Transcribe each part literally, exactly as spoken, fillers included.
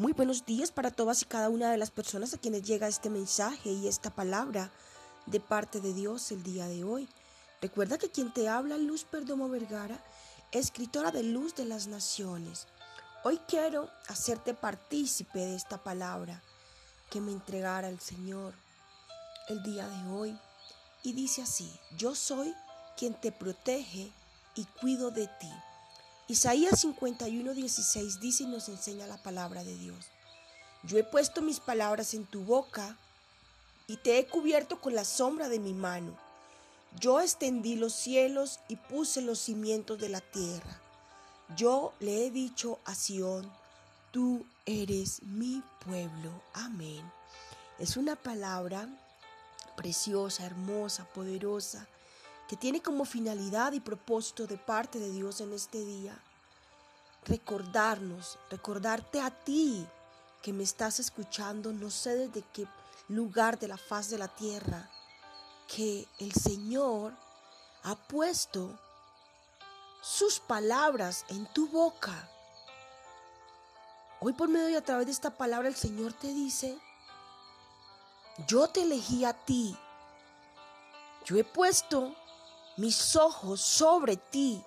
Muy buenos días para todas y cada una de las personas a quienes llega este mensaje y esta palabra de parte de Dios el día de hoy. Recuerda que quien te habla, Luz Perdomo Vergara, escritora de Luz de las Naciones. Hoy quiero hacerte partícipe de esta palabra que me entregara el Señor el día de hoy. Y dice así: yo soy quien te protege y cuido de ti. Isaías cincuenta y uno, dieciséis dice y nos enseña la palabra de Dios: yo he puesto mis palabras en tu boca y te he cubierto con la sombra de mi mano. Yo extendí los cielos y puse los cimientos de la tierra. Yo le he dicho a Sión: tú eres mi pueblo. Amén. Es una palabra preciosa, hermosa, poderosa, que tiene como finalidad y propósito de parte de Dios en este día recordarnos, recordarte a ti que me estás escuchando, no sé desde qué lugar de la faz de la tierra, que el Señor ha puesto sus palabras en tu boca. Hoy por medio y a través de esta palabra el Señor te dice: yo te elegí a ti, yo he puesto mis ojos sobre ti.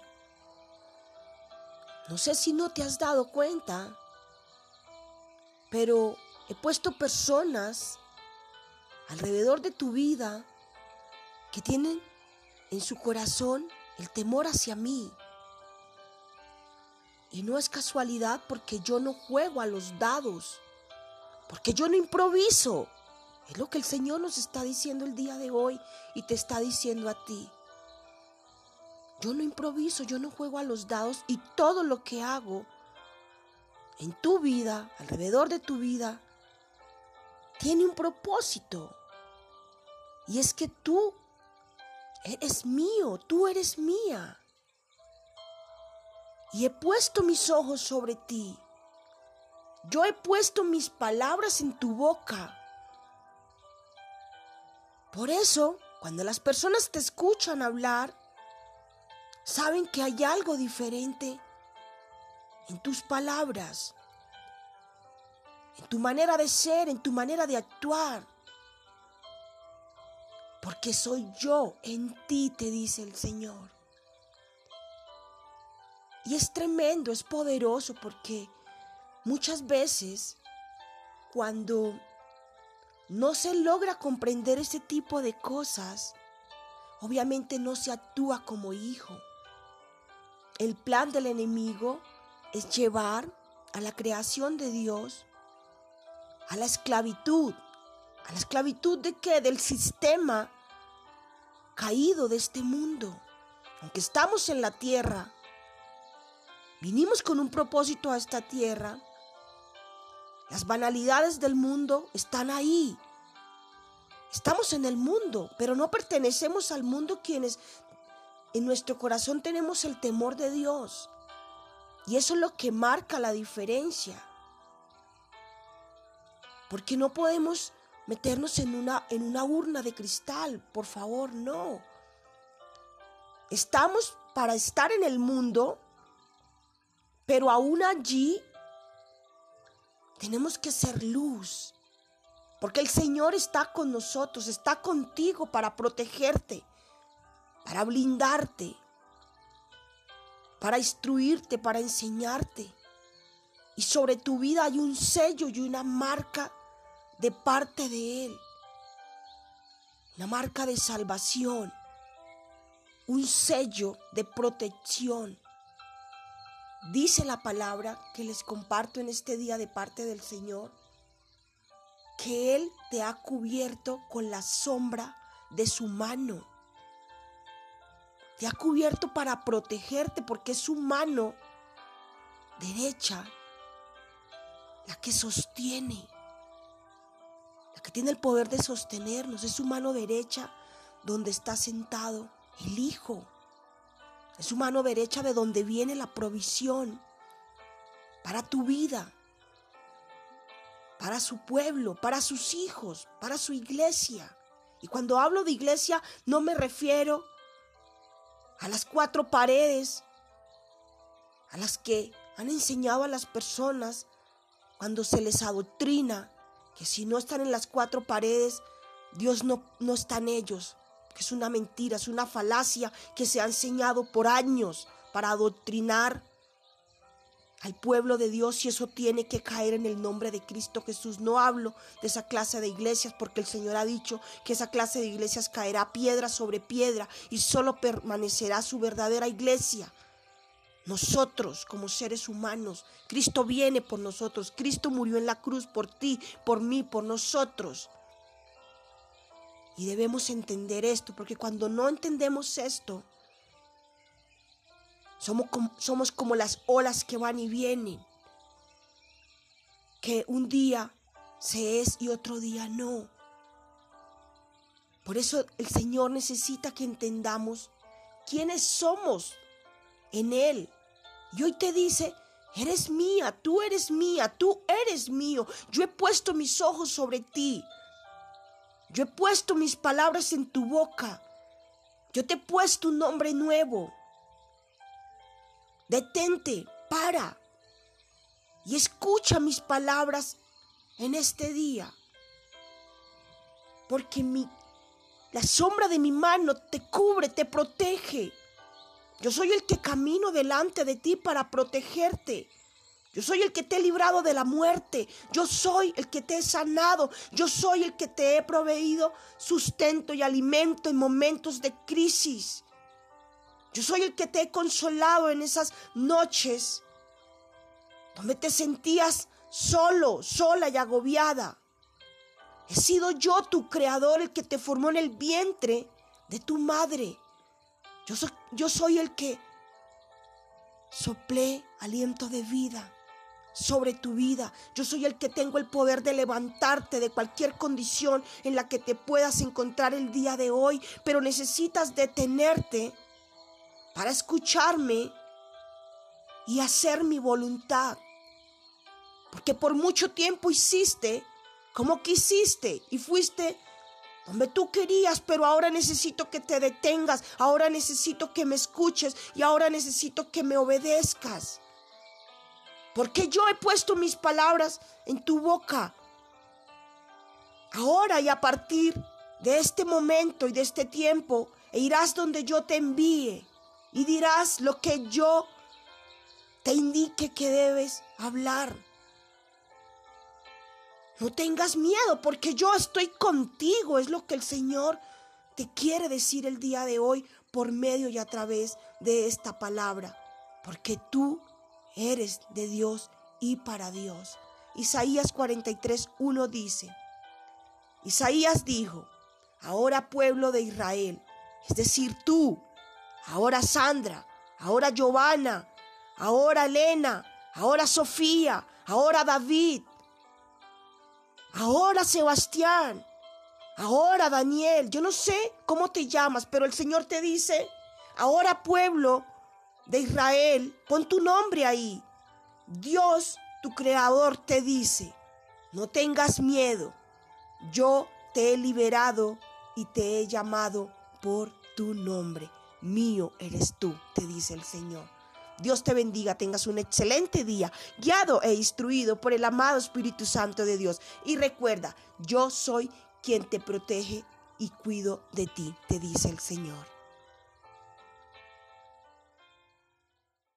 No sé si no te has dado cuenta, pero he puesto personas alrededor de tu vida que tienen en su corazón el temor hacia mí. Y no es casualidad, porque yo no juego a los dados, porque yo no improviso. Es lo que el Señor nos está diciendo el día de hoy y te está diciendo a ti. Yo no improviso, yo no juego a los dados, y todo lo que hago en tu vida, alrededor de tu vida, tiene un propósito. Y es que tú eres mío, tú eres mía. Y he puesto mis ojos sobre ti. Yo he puesto mis palabras en tu boca. Por eso, cuando las personas te escuchan hablar, saben que hay algo diferente en tus palabras, en tu manera de ser, en tu manera de actuar. Porque soy yo en ti, te dice el Señor. Y es tremendo, es poderoso, porque muchas veces cuando no se logra comprender ese tipo de cosas, obviamente no se actúa como hijo. El plan del enemigo es llevar a la creación de Dios a la esclavitud. ¿A la esclavitud de qué? Del sistema caído de este mundo. Aunque estamos en la tierra, vinimos con un propósito a esta tierra, las banalidades del mundo están ahí. Estamos en el mundo, pero no pertenecemos al mundo, quienes en nuestro corazón tenemos el temor de Dios. Y eso es lo que marca la diferencia. Porque no podemos meternos en una, en una urna de cristal, por favor, no. Estamos para estar en el mundo, pero aún allí tenemos que ser luz. Porque el Señor está con nosotros, está contigo para protegerte, para blindarte, para instruirte, para enseñarte. Y sobre tu vida hay un sello y una marca de parte de Él. Una marca de salvación, un sello de protección. Dice la palabra que les comparto en este día de parte del Señor, que Él te ha cubierto con la sombra de su mano. Te ha cubierto para protegerte, porque es su mano derecha la que sostiene, la que tiene el poder de sostenernos. Es su mano derecha donde está sentado el Hijo. Es su mano derecha de donde viene la provisión para tu vida, para su pueblo, para sus hijos, para su iglesia. Y cuando hablo de iglesia, no me refiero a las cuatro paredes a las que han enseñado a las personas cuando se les adoctrina que si no están en las cuatro paredes, Dios no, no está en ellos, que es una mentira, es una falacia que se ha enseñado por años para adoctrinar al pueblo de Dios, y eso tiene que caer en el nombre de Cristo Jesús. No hablo de esa clase de iglesias porque el Señor ha dicho que esa clase de iglesias caerá piedra sobre piedra y solo permanecerá su verdadera iglesia. Nosotros como seres humanos, Cristo viene por nosotros, Cristo murió en la cruz por ti, por mí, por nosotros. Y debemos entender esto, porque cuando no entendemos esto, Somos como, somos como las olas que van y vienen, que un día se es y otro día no. Por eso el Señor necesita que entendamos quiénes somos en Él. Y hoy te dice, eres mía, tú eres mía, tú eres mío. Yo he puesto mis ojos sobre ti. Yo he puesto mis palabras en tu boca. Yo te he puesto un nombre nuevo. Detente, para y escucha mis palabras en este día, porque mi, la sombra de mi mano te cubre, te protege. Yo soy el que camino delante de ti para protegerte. Yo soy el que te he librado de la muerte. Yo soy el que te he sanado. Yo soy el que te he proveído sustento y alimento en momentos de crisis. Yo soy el que te he consolado en esas noches donde te sentías solo, sola y agobiada. He sido yo tu creador, el que te formó en el vientre de tu madre. Yo soy, yo soy el que soplé aliento de vida sobre tu vida. Yo soy el que tengo el poder de levantarte de cualquier condición en la que te puedas encontrar el día de hoy, pero necesitas detenerte para escucharme y hacer mi voluntad. Porque por mucho tiempo hiciste como quisiste y fuiste donde tú querías, pero ahora necesito que te detengas, ahora necesito que me escuches y ahora necesito que me obedezcas. Porque yo he puesto mis palabras en tu boca. Ahora y a partir de este momento y de este tiempo, e irás donde yo te envíe. Y dirás lo que yo te indique que debes hablar. No tengas miedo porque yo estoy contigo. Es lo que el Señor te quiere decir el día de hoy por medio y a través de esta palabra. Porque tú eres de Dios y para Dios. Isaías cuarenta y tres, uno dice, Isaías dijo, ahora pueblo de Israel, es decir tú, ahora Sandra, ahora Giovanna, ahora Elena, ahora Sofía, ahora David, ahora Sebastián, ahora Daniel. Yo no sé cómo te llamas, pero el Señor te dice, ahora pueblo de Israel, pon tu nombre ahí. Dios, tu creador, te dice, no tengas miedo. Yo te he liberado y te he llamado por tu nombre. Mío eres tú, te dice el Señor. Dios te bendiga, tengas un excelente día, guiado e instruido por el amado Espíritu Santo de Dios. Y recuerda, yo soy quien te protege y cuido de ti, te dice el Señor.